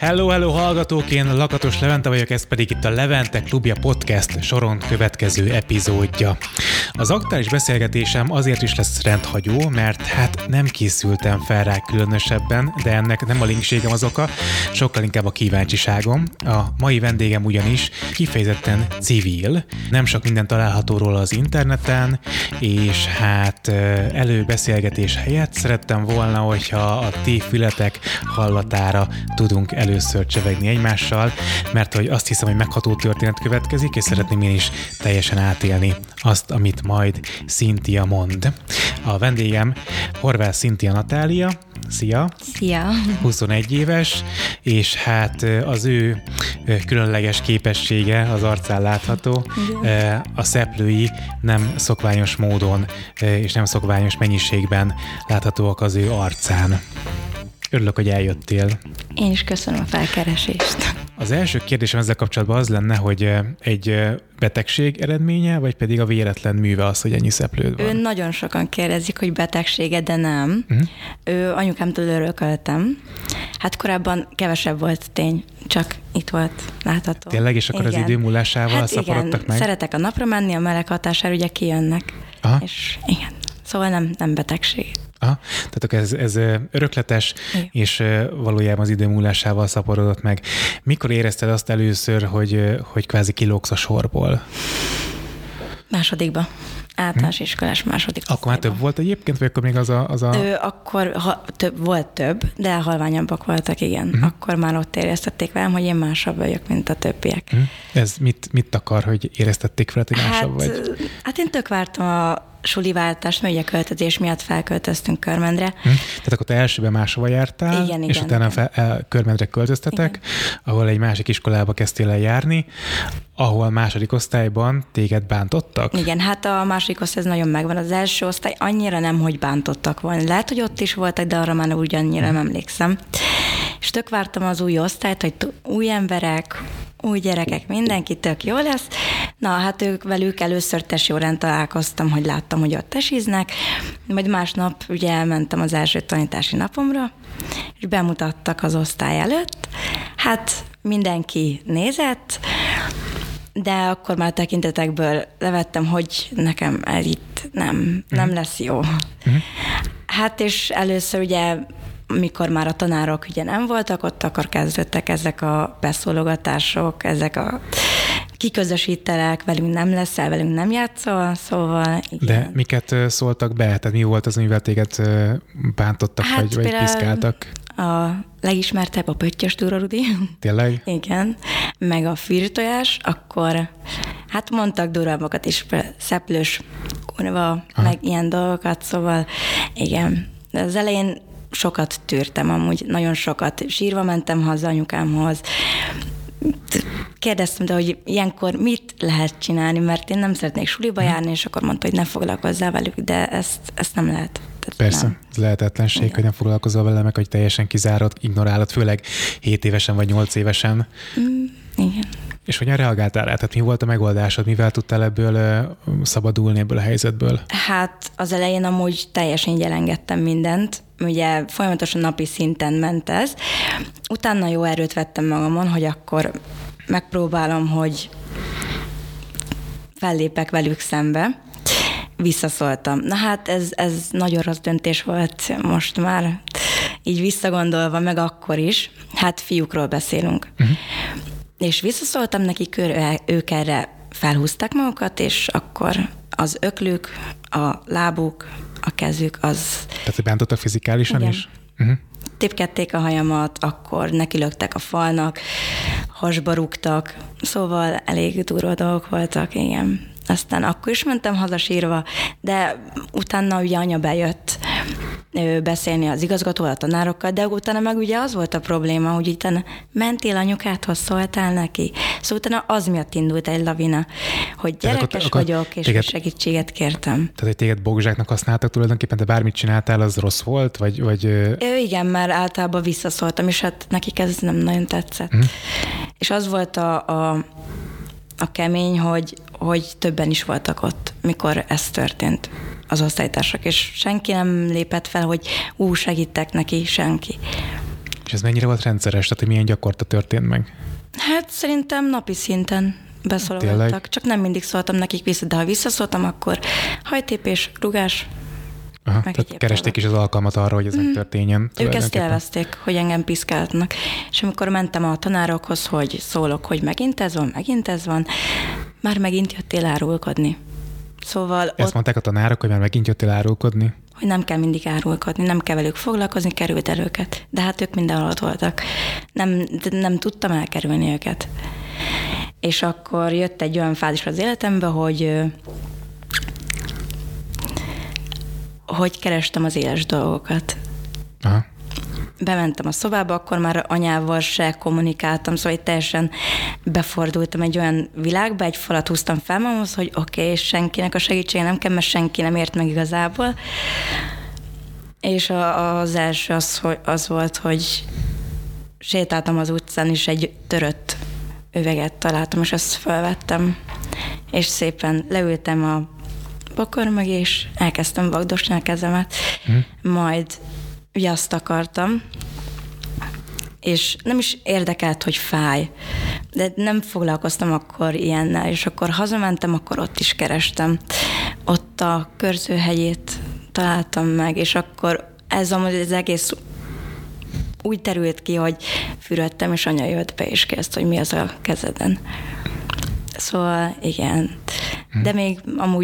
Hello, hello hallgatók, én Lakatos Levente vagyok, ez pedig itt a Levente Klubja Podcast soron következő epizódja. Az aktuális beszélgetésem azért is lesz rendhagyó, mert hát nem készültem fel rá különösebben, de ennek nem a linkségem az oka, sokkal inkább a kíváncsiságom. A mai vendégem ugyanis kifejezetten civil, nem sok minden található róla az interneten, és hát előbeszélgetés helyett szerettem volna, hogyha a ti fületek hallatára tudunk először csevegni egymással, mert hogy azt hiszem, hogy megható történet következik, és szeretném én is teljesen átélni azt, amit majd Cynthia mond. A vendégem Horváth Cynthia Natália. Szia! Szia! 21 éves, és hát az ő különleges képessége az arcán látható. A szeplői nem szokványos módon és nem szokványos mennyiségben láthatóak az ő arcán. Örülök, hogy eljöttél. Én is köszönöm a felkeresést. Az első kérdésem ezzel kapcsolatban az lenne, hogy egy betegség eredménye, vagy pedig a véletlen műve az, hogy ennyi szeplőd van? Nagyon sokan kérdezik, hogy betegsége, de nem. Anyukámtól örököltem. Hát korábban kevesebb volt tény, csak itt volt látható. Tényleg? És akkor igen. Az idő múlásával szaporodtak meg? Szeretek a napra menni, a meleg hatására ugye kijönnek. Aha. És igen. Szóval nem betegség. Aha, tehát ez örökletes, igen. És valójában az idő múlásával szaporodott meg. Mikor érezted azt először, hogy kvázi kilógsz a sorból? Másodikba. Általános iskolás második osztályban. Akkor már több volt egyébként, vagy akkor még az a... Akkor volt több, de halványabbak voltak, igen. Akkor már ott éreztették velem, hogy én másabb vagyok, mint a többiek. Ez mit akar, hogy éreztették veled, hogy másabb vagy? Hát én tök vártam a suliváltást, mert ugye költözés miatt felköltöztünk Körmendre. Tehát akkor te elsőben máshova jártál, igen, és utána Körmendre költöztetek, igen. Ahol egy másik iskolába kezdtél el járni, ahol második osztályban téged bántottak? Igen, hát a második osztály nagyon megvan. Az első osztály annyira nem, hogy bántottak volna. Lehet, hogy ott is voltak, de arra már ugyannyira nem emlékszem. És tök vártam az új osztályt, hogy új emberek, új gyerekek, mindenki tök jó lesz. Na, hát velük először tesiórán találkoztam, hogy láttam, hogy ott tesiznek, majd másnap ugye elmentem az első tanítási napomra, és bemutattak az osztály előtt. Hát mindenki nézett, de akkor már tekintetekből levettem, hogy nekem ez itt nem lesz jó. Hát és először ugye mikor már a tanárok ugye nem voltak ott, akkor kezdődtek ezek a beszólogatások, ezek a kiközösítelek, velünk nem leszel, velünk nem játszol, szóval igen. De miket szóltak be? Tehát mi volt az, amivel téged bántottak, hát vagy piszkáltak? A legismertebb a Pöttyös Dúra Rudi. Tényleg? Igen. Meg a fűrtojás, akkor hát mondtak durvábbakat is, szeplős kurva, meg ilyen dolgokat, szóval igen. De az elején sokat tűrtem amúgy, nagyon sokat. Sírva mentem haza anyukámhoz. Kérdeztem, de hogy ilyenkor mit lehet csinálni, mert én nem szeretnék suliba járni, és akkor mondta, hogy ne foglalkozzál velük, de ezt nem lehet. Tehát persze, nem. Ez lehetetlenség, igen. Hogy nem foglalkozol vele, meg hogy teljesen kizárod, ignorálod, főleg 7 évesen vagy 8 évesen. Igen. És hogyan reagáltál rá? Tehát mi volt a megoldásod? Mivel tudtál ebből szabadulni, ebből a helyzetből? Hát az elején amúgy teljesen így elengedtem mindent. Ugye folyamatosan napi szinten ment ez. Utána jó erőt vettem magamon, hogy akkor megpróbálom, hogy fellépek velük szembe. Visszaszóltam. Na hát ez nagyon rossz döntés volt most már, így visszagondolva, meg akkor is. Hát fiúkról beszélünk. És visszaszóltam nekik, ők erre felhúzták magukat, és akkor az öklük, a lábuk, a kezük, az... Tehát, hogy bántottak fizikálisan igen. is? Tipkedték a hajamat, akkor nekilöktek a falnak, hasba rúgtak, szóval elég durva dolgok voltak, igen. Aztán akkor is mentem haza sírva, de utána ugye anya bejött beszélni az igazgatóval, a tanárokkal, de utána meg ugye az volt a probléma, hogy utána mentél anyukádhoz, szóltál neki. Szóval utána az miatt indult egy lavina, hogy gyerekes vagyok, és segítséget kértem. Tehát, hogy téged bogzsáknak használtak tulajdonképpen, de bármit csináltál, az rossz volt? Vagy... Igen, mert általában visszaszóltam, és hát nekik ez nem nagyon tetszett. És az volt a kemény, hogy többen is voltak ott, mikor ez történt, az osztálytársak, és senki nem lépett fel, hogy segítek neki, senki. És ez mennyire volt rendszeres? Tehát, hogy milyen gyakorta történt meg? Hát szerintem napi szinten beszólogattak. Csak nem mindig szóltam nekik vissza, de ha visszaszóltam, akkor hajtépés, rugás. Aha, tehát keresték is az alkalmat arra, hogy ez megtörténjen. Ők ezt élvezték, hogy engem piszkáltnak. És amikor mentem a tanárokhoz, hogy szólok, hogy megint ez van, már megint jöttél árulkodni. Szóval ezt mondták a tanárok, hogy már megint jöttél árulkodni? Hogy nem kell mindig árulkodni, nem kell velük foglalkozni, került el őket. De hát ők mindenhol ott voltak. Nem tudtam elkerülni őket. És akkor jött egy olyan fázis az életembe, hogy kerestem az éles dolgokat. Aha. Bementem a szobába, akkor már anyával se kommunikáltam, szóval teljesen befordultam egy olyan világba, egy falat húztam fel magamhoz, hogy oké, senkinek a segítsége nem kell, mert senki nem ért meg igazából. És az első az volt, hogy sétáltam az utcán, és egy törött üveget találtam, és azt felvettem, és szépen leültem a bokor meg, és elkezdtem vagdosni a kezemet. Majd ugye azt akartam, és nem is érdekelt, hogy fáj, de nem foglalkoztam akkor ilyennel, és akkor hazamentem, akkor ott is kerestem. Ott a Körzőhegyét találtam meg, és akkor ez az egész úgy terült ki, hogy fürödtem, és anya jött be, és kezdte, hogy mi az a kezeden. Szóval igen. De még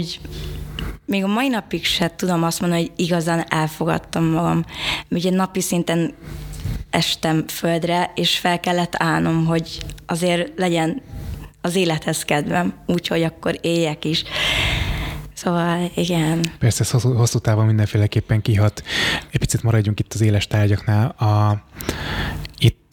a mai napig se tudom azt mondani, hogy igazán elfogadtam magam. Ugye napi szinten estem földre, és fel kellett állnom, hogy azért legyen az élethez kedvem, úgyhogy akkor éljek is. Szóval igen. Persze ez hosszú távon mindenféleképpen kihat. Egy picit maradjunk itt az éles tárgyaknál. Itt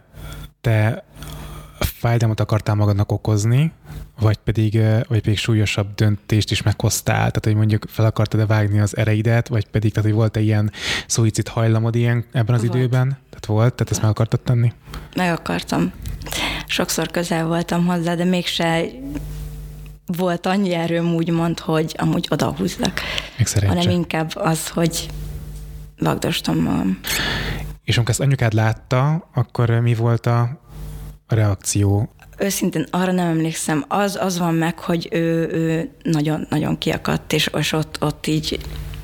te fájdalmat akartál magadnak okozni, vagy pedig súlyosabb döntést is meghoztál? Tehát, hogy mondjuk fel akartad vágni az ereidet, vagy pedig, tehát, hogy volt-e ilyen szuicid hajlamod ilyen ebben az időben? Tehát ezt meg akartad tenni? Meg akartam. Sokszor közel voltam hozzá, de mégse volt annyi erőm úgymond, hogy amúgy odahúzzak. Hanem inkább az, hogy vagdostam magam. És amikor ezt anyukád látta, akkor mi volt a reakció? Őszintén arra nem emlékszem. Az van meg, hogy ő nagyon-nagyon kiakadt, és ott így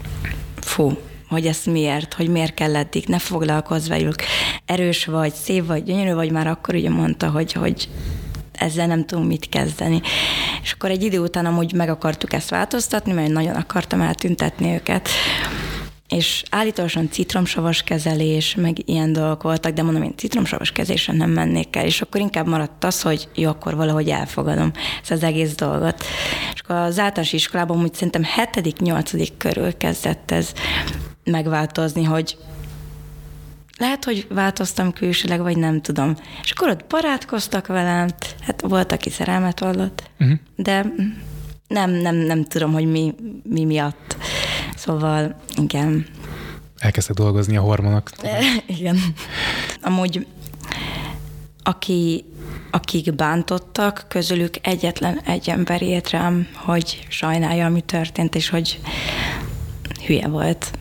hogy ezt miért, hogy miért kell eddig, ne foglalkozz velük. Erős vagy, szép vagy, gyönyörű vagy, már akkor ugye mondta, hogy ezzel nem tudunk mit kezdeni. És akkor egy idő után amúgy meg akartuk ezt változtatni, mert nagyon akartam eltüntetni őket. És állítólagosan citromsavas kezelés, meg ilyen dolgok voltak, de mondom, én citromsavas kezelésre nem mennék el, és akkor inkább maradt az, hogy jó, akkor valahogy elfogadom ezt az egész dolgot. És akkor az általános iskolában úgy szerintem 7.-8. körül kezdett ez megváltozni, hogy lehet, hogy változtam külsőleg, vagy nem tudom. És akkor ott barátkoztak velem, hát volt, aki szerelmet vallott, de nem tudom, hogy mi miatt. Szóval, igen. Elkezdtek dolgozni a hormonok. Igen. Amúgy, akik bántottak, közülük egyetlen egy ember írt rám, hogy sajnálja, ami történt, és hogy hülye volt.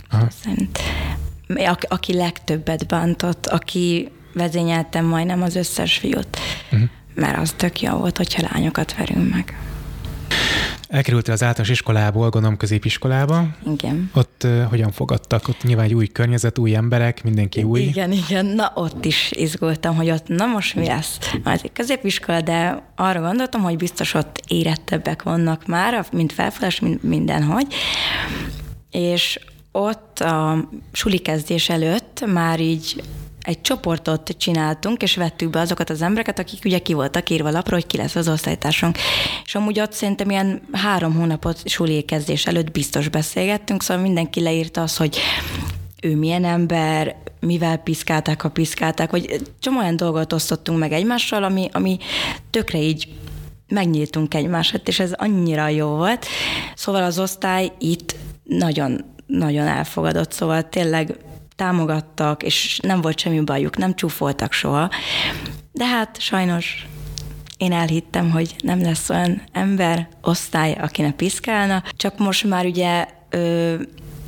Aki legtöbbet bántott, aki vezényeltem majdnem az összes fiút, mert az tök jó volt, hogyha lányokat verünk meg. Elkerültél az általános iskolából, gondolom középiskolába. Igen. Ott hogyan fogadtak? Ott nyilván egy új környezet, új emberek, mindenki új. Igen. Na, ott is izgultam, hogy ott na most mi lesz. Ez egy középiskola, de arra gondoltam, hogy biztos ott érettebbek vannak már, mint felfeles, mint mindenhogy. És ott a suli kezdés előtt már így egy csoportot csináltunk, és vettük be azokat az embereket, akik ugye ki voltak írva lapra, hogy ki lesz az osztálytársunk. És amúgy ott szerintem ilyen 3 hónapot suli kezdés előtt biztos beszélgettünk, szóval mindenki leírta azt, hogy ő milyen ember, mivel piszkálták, ha piszkálták, vagy csomó olyan dolgot osztottunk meg egymással, ami tökre így megnyíltunk egymását, és ez annyira jó volt. Szóval az osztály itt nagyon elfogadott, szóval tényleg támogattak, és nem volt semmi bajuk, nem csúfoltak soha. De hát sajnos én elhittem, hogy nem lesz olyan ember, osztály, aki ne piszkálna, csak most már ugye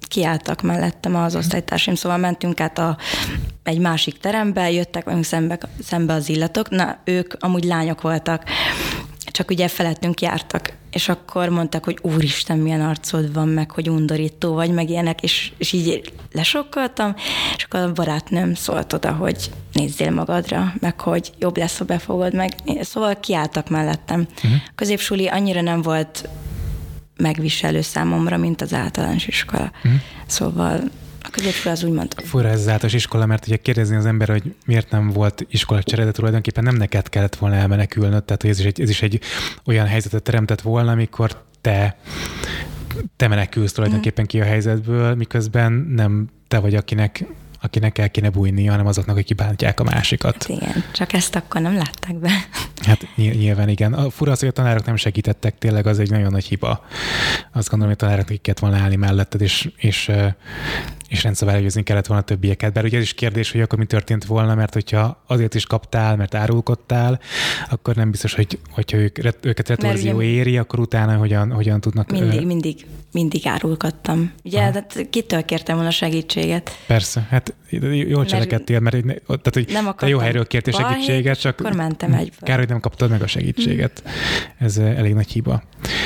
kiálltak mellettem az osztálytársaim, szóval mentünk át egy másik terembe, jöttek velünk szembe az illatok, na ők amúgy lányok voltak, csak ugye felettünk jártak, és akkor mondták, hogy úristen, milyen arcod van, meg hogy undorító vagy, meg ilyenek, és így lesokkoltam, és akkor a barátnőm szólt oda, hogy nézzél magadra, meg hogy jobb lesz, ha befogod meg. Szóval kiálltak mellettem. A középsuli annyira nem volt megviselő számomra, mint az általános iskola. Szóval a középsula az úgymond... Fura ez az általános iskola, mert ugye kérdezni az ember, hogy miért nem volt iskolacsere, de tulajdonképpen nem neked kellett volna elmenekülnöd, tehát hogy ez is egy olyan helyzetet teremtett volna, amikor te menekülsz tulajdonképpen ki a helyzetből, miközben nem te vagy, akinek el kéne bújnia, hanem azoknak, akik kibántják a másikat. Hát igen, csak ezt akkor nem látták be. Hát nyilván igen. A fura az, hogy a tanárok nem segítettek, tényleg az egy nagyon nagy hiba. Azt gondolom, hogy a tanárok ki kellett volna állni melletted, és rendszabályozni kellett volna a többieket. Bár ugye ez is kérdés, hogy akkor mi történt volna, mert hogyha azért is kaptál, mert árulkodtál, akkor nem biztos, hogyha őket retorzió éri, akkor utána hogyan tudnak... Mindig árulkodtam. Ugye, tehát kitől kértem volna segítséget? Persze, hát jól cselekedtél, mert tehát, hogy te jó helyről kértél segítséget, csak akkor mentem egyből. Kár, hogy nem kaptad meg a segítséget. Ez elég nagy hiba.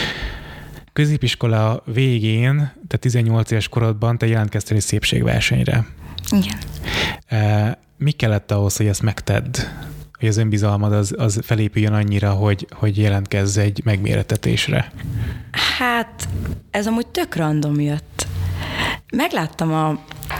Középiskola végén, tehát 18 éves korodban te jelentkeztél egy szépségversenyre. Igen. Mi kellett ahhoz, hogy ezt megtedd? Hogy az önbizalmad az felépüljön annyira, hogy jelentkezz egy megmérettetésre? Hát, ez amúgy tök random jött. Megláttam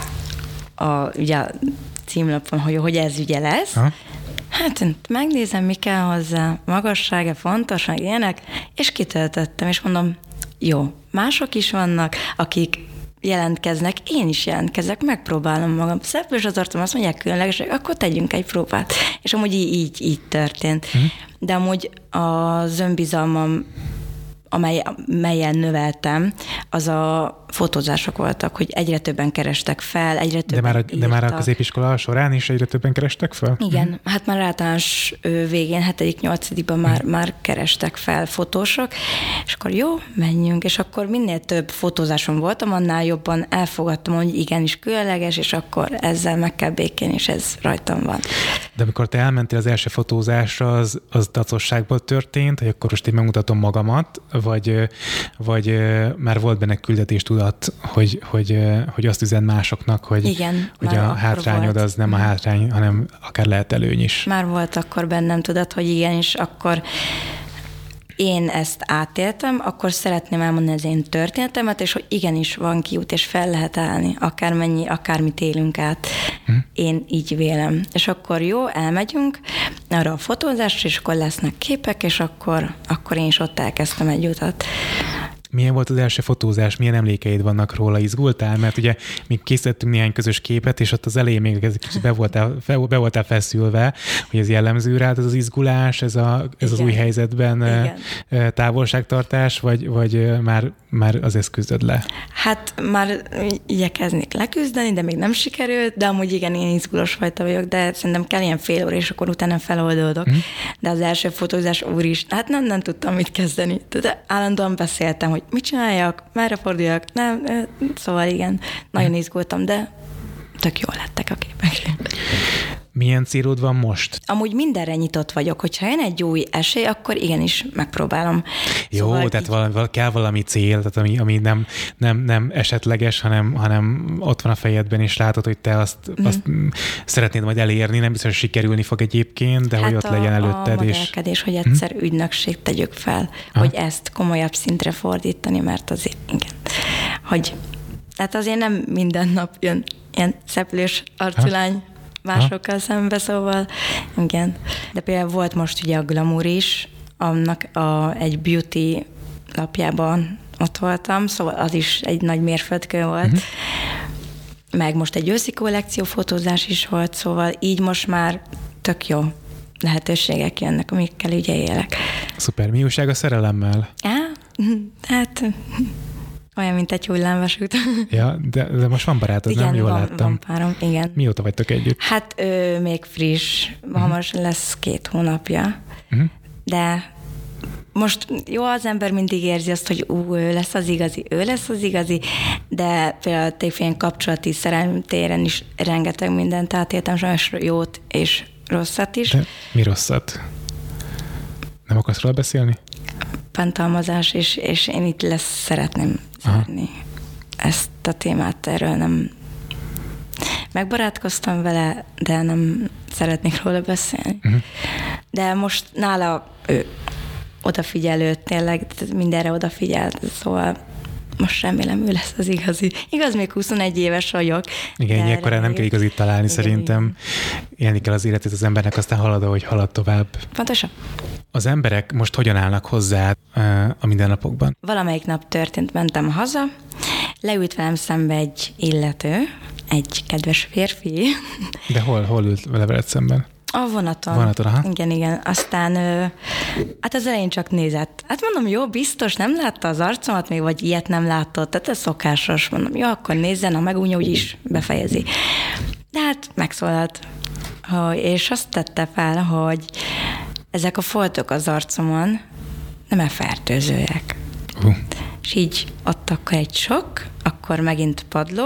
ugye a címlapon, hogy ez ugye lesz. Ha? Hát megnézem, mi kell hozzá, magassága, fontos, meg ilyenek, és kitöltöttem, és mondom, jó, mások is vannak, akik jelentkeznek, én is jelentkezek, megpróbálom magam. Szeplős az arcom, azt mondják különlegesek, akkor tegyünk egy próbát. És amúgy így történt. De amúgy az önbizalmam, melyen növeltem, az a fotózások voltak, hogy egyre többen kerestek fel, egyre többen de már a középiskola során is egyre többen kerestek fel? Igen, hát már általános végén, 7.-8-ban már kerestek fel fotósok, és akkor jó, menjünk, és akkor minél több fotózásom voltam, annál jobban elfogadtam, hogy igenis különleges, és akkor ezzel meg kell békélni, és ez rajtam van. De amikor te elmentél az első fotózásra, az dacosságból történt, hogy akkor most én megmutatom magamat, vagy már volt benne küldetéstudat, hogy azt üzen másoknak, hogy, igen, hogy a hátrányod az nem a hátrány, hanem akár lehet előny is. Már volt akkor bennem tudat, hogy igenis, akkor én ezt átéltem, akkor szeretném elmondani az én történetemet, és hogy igenis van kiút, és fel lehet állni, akármit élünk át. Én így vélem. És akkor jó, elmegyünk arra a fotózásra, és akkor lesznek képek, és akkor én is ott elkezdtem egy utat. Milyen volt az első fotózás? Milyen emlékeid vannak róla? Izgultál? Mert ugye mi készítettünk néhány közös képet, és ott az elején még kicsit be voltál feszülve, hogy ez jellemző rád, ez az izgulás, ez az új helyzetben távolságtartás, vagy már azért küzdöd le? Hát már igyekeznék leküzdeni, de még nem sikerült, de amúgy igen, én izgulós fajta vagyok, de szerintem kell ilyen fél óra, és akkor utána feloldódok. De az első fotózás hát nem tudtam mit kezdeni. De állandóan beszéltem, hogy mit csináljak, merre forduljak, nem, szóval igen, nagyon izgultam, de tök jól lettek a képek. Milyen célod van most? Amúgy mindenre nyitott vagyok, hogyha jön egy új esély, akkor igenis megpróbálom. Jó, szóval tehát kell valami cél, tehát ami nem esetleges, hanem ott van a fejedben, és látod, hogy te azt szeretnéd majd elérni, nem biztos, hogy sikerülni fog egyébként, de hogy ott legyen előtted. A modellkedés, hogy egyszer ügynökség tegyük fel, hogy ezt komolyabb szintre fordítani, mert azért igen, hogy hát azért nem minden nap jön ilyen szeplős arculány másokkal szembe, szóval igen. De például volt most ugye a Glamour is, annak egy beauty lapjában ott voltam, szóval az is egy nagy mérföldkő volt. Meg most egy őszi kollekció fotózás is volt, szóval így most már tök jó lehetőségek jönnek, amikkel ugye élek. Szuper. Mi újság a szerelemmel? Hát olyan, mint egy hullámvasút. Ja, de most van barátod, igen, nem? Jól láttam. Van párom, igen. Mióta vagytok együtt? Hát még friss. Hamarosan lesz 2 hónapja. De most jó, az ember mindig érzi azt, hogy ő lesz az igazi, de például tényleg kapcsolati szerelmi téren is rengeteg mindent átéltem, sajnos jót és rosszat is. De mi rosszat? Nem akarsz róla beszélni? Bántalmazás, és én itt szeretném zárni ezt a témát, erről nem megbarátkoztam vele, de nem szeretnék róla beszélni. De most nála ő odafigyelő, tényleg mindenre odafigyelt, szóval most remélem ő lesz az igazi. Igaz, még 21 éves vagyok. Igen, ilyenkor nem kell igazit találni, igen, szerintem. Élni kell az életét az embernek, aztán halad, ahogy halad tovább. Pontosan. Az emberek most hogyan állnak hozzá a mindennapokban? Valamelyik nap történt, mentem haza, leült velem szembe egy illető, egy kedves férfi. De hol ült vele veled szemben? A vonaton. Aha. Igen. Aztán hát az elején csak nézett. Hát mondom, jó, biztos nem látta az arcomat még, vagy ilyet nem látott. Tehát ez szokásos. Mondom, jó, akkor nézzen, ha megúnyja, úgyis befejezi. De hát megszólalt. És azt tette fel, hogy ezek a foltok az arcomon nem fertőzőek. És így ott akkor egy sok, akkor megint padló.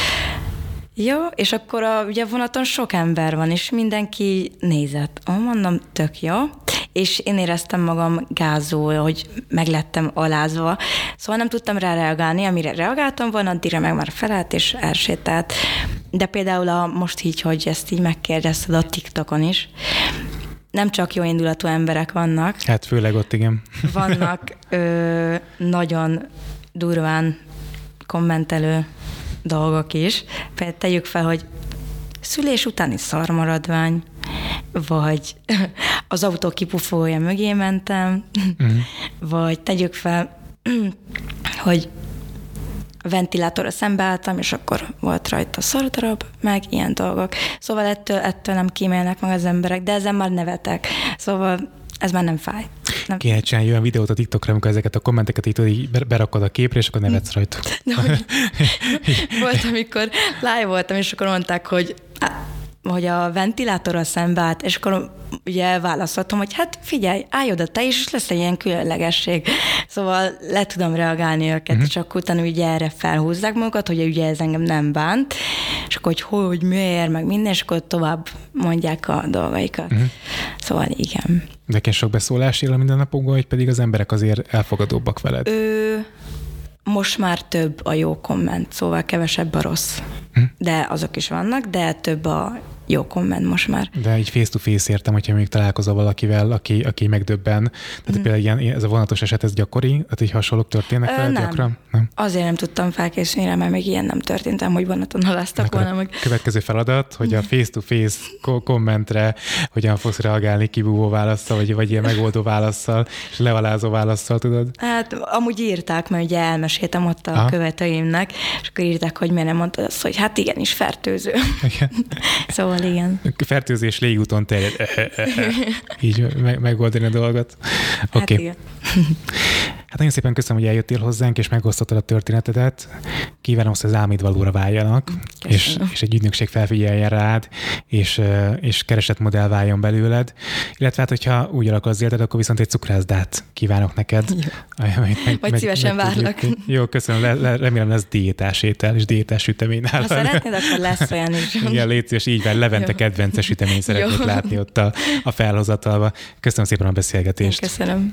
Jó, és akkor ugye a vonaton sok ember van, és mindenki nézett. Mondom, tök jó. És én éreztem magam gázul, hogy meglettem alázva. Szóval nem tudtam rá reagálni, amire reagáltam volna, addigra meg már felállt és elsétált. De például most így, hogy ezt így megkérdezted a TikTokon is, nem csak jó indulatú emberek vannak. Hát főleg ott, igen. Vannak nagyon durván kommentelő dolgok is. Például tegyük fel, hogy szülés utáni szarmaradvány, vagy az autó kipufója mögé mentem, vagy tegyük fel, hogy ventilátorra szembeálltam, és akkor volt rajta szardarab, meg ilyen dolgok. Szóval ettől nem kímélnek meg az emberek, de ezen már nevetek. Szóval ez már nem fáj. Nem. Kéne csinálni olyan videót a TikTokra, amikor ezeket a kommenteket így berakod a képre, és akkor nevetsz rajta. Volt, amikor live voltam, és akkor mondták, hogy a ventilátorral szembeállt, és akkor ugye válaszoltam, hogy hát figyelj, állj oda te is, és lesz egy ilyen különlegesség. Szóval le tudom reagálni őket, és akkor utána ugye erre felhúzzák magukat, hogy ugye ez engem nem bánt, és akkor hogy miért, meg minden, és akkor tovább mondják a dolgaikat. Szóval igen. De sok beszólás él a mindennapokban, vagy pedig az emberek azért elfogadóbbak veled? Most már több a jó komment, szóval kevesebb a rossz. De azok is vannak, de több a jó komment most már. De így face-to-face értem, hogyha még találkozol valakivel, aki megdöbben. Tehát például ez a vonatos eset, ez gyakori? Tehát így hasonlók történnek veled gyakran? Nem. Azért nem tudtam felkészülni rá, mert még ilyen nem történtem, hogy vonaton haláztak volna meg. Következő feladat, hogy a face-to-face kommentre hogyan fogsz reagálni, kibúvó válasszal, vagy ilyen megoldó válasszal, és lealázó válasszal, tudod? Hát amúgy írták, mert ugye elmeséltem ott a követőimnek, és akkor írták, hogy miért nem mondtad azt, hogy hát igenis fertőző. Igen. Szóval igen. Fertőzés légúton terjed. Így megoldani a dolgot. Oké. Okay. Hát nagyon szépen köszönöm, hogy eljöttél hozzánk, és megosztottad a történetedet. Kívánom, hogy az álmaid valóra váljanak, és egy ügynökség felfigyeljen rád, és keresett modell váljon belőled. Illetve hát, hogyha úgy alakul az életed, akkor viszont egy cukrászdát kívánok neked. Vagy szívesen várlak. Jó, köszönöm. Remélem lesz diétás étel, és diétás sütemény nálad. Ha szeretnéd, akkor lesz olyan is. Igen, légy szíves, így van. Levente kedvence sütemény szeretnék látni ott a felhozatalba. Köszönöm szépen a beszélgetést. Köszönöm.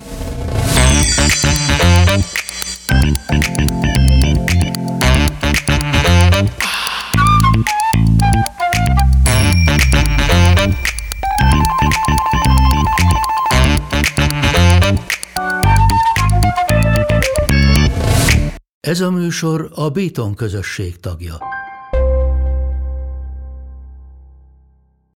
Ez a műsor a Béton közösség tagja.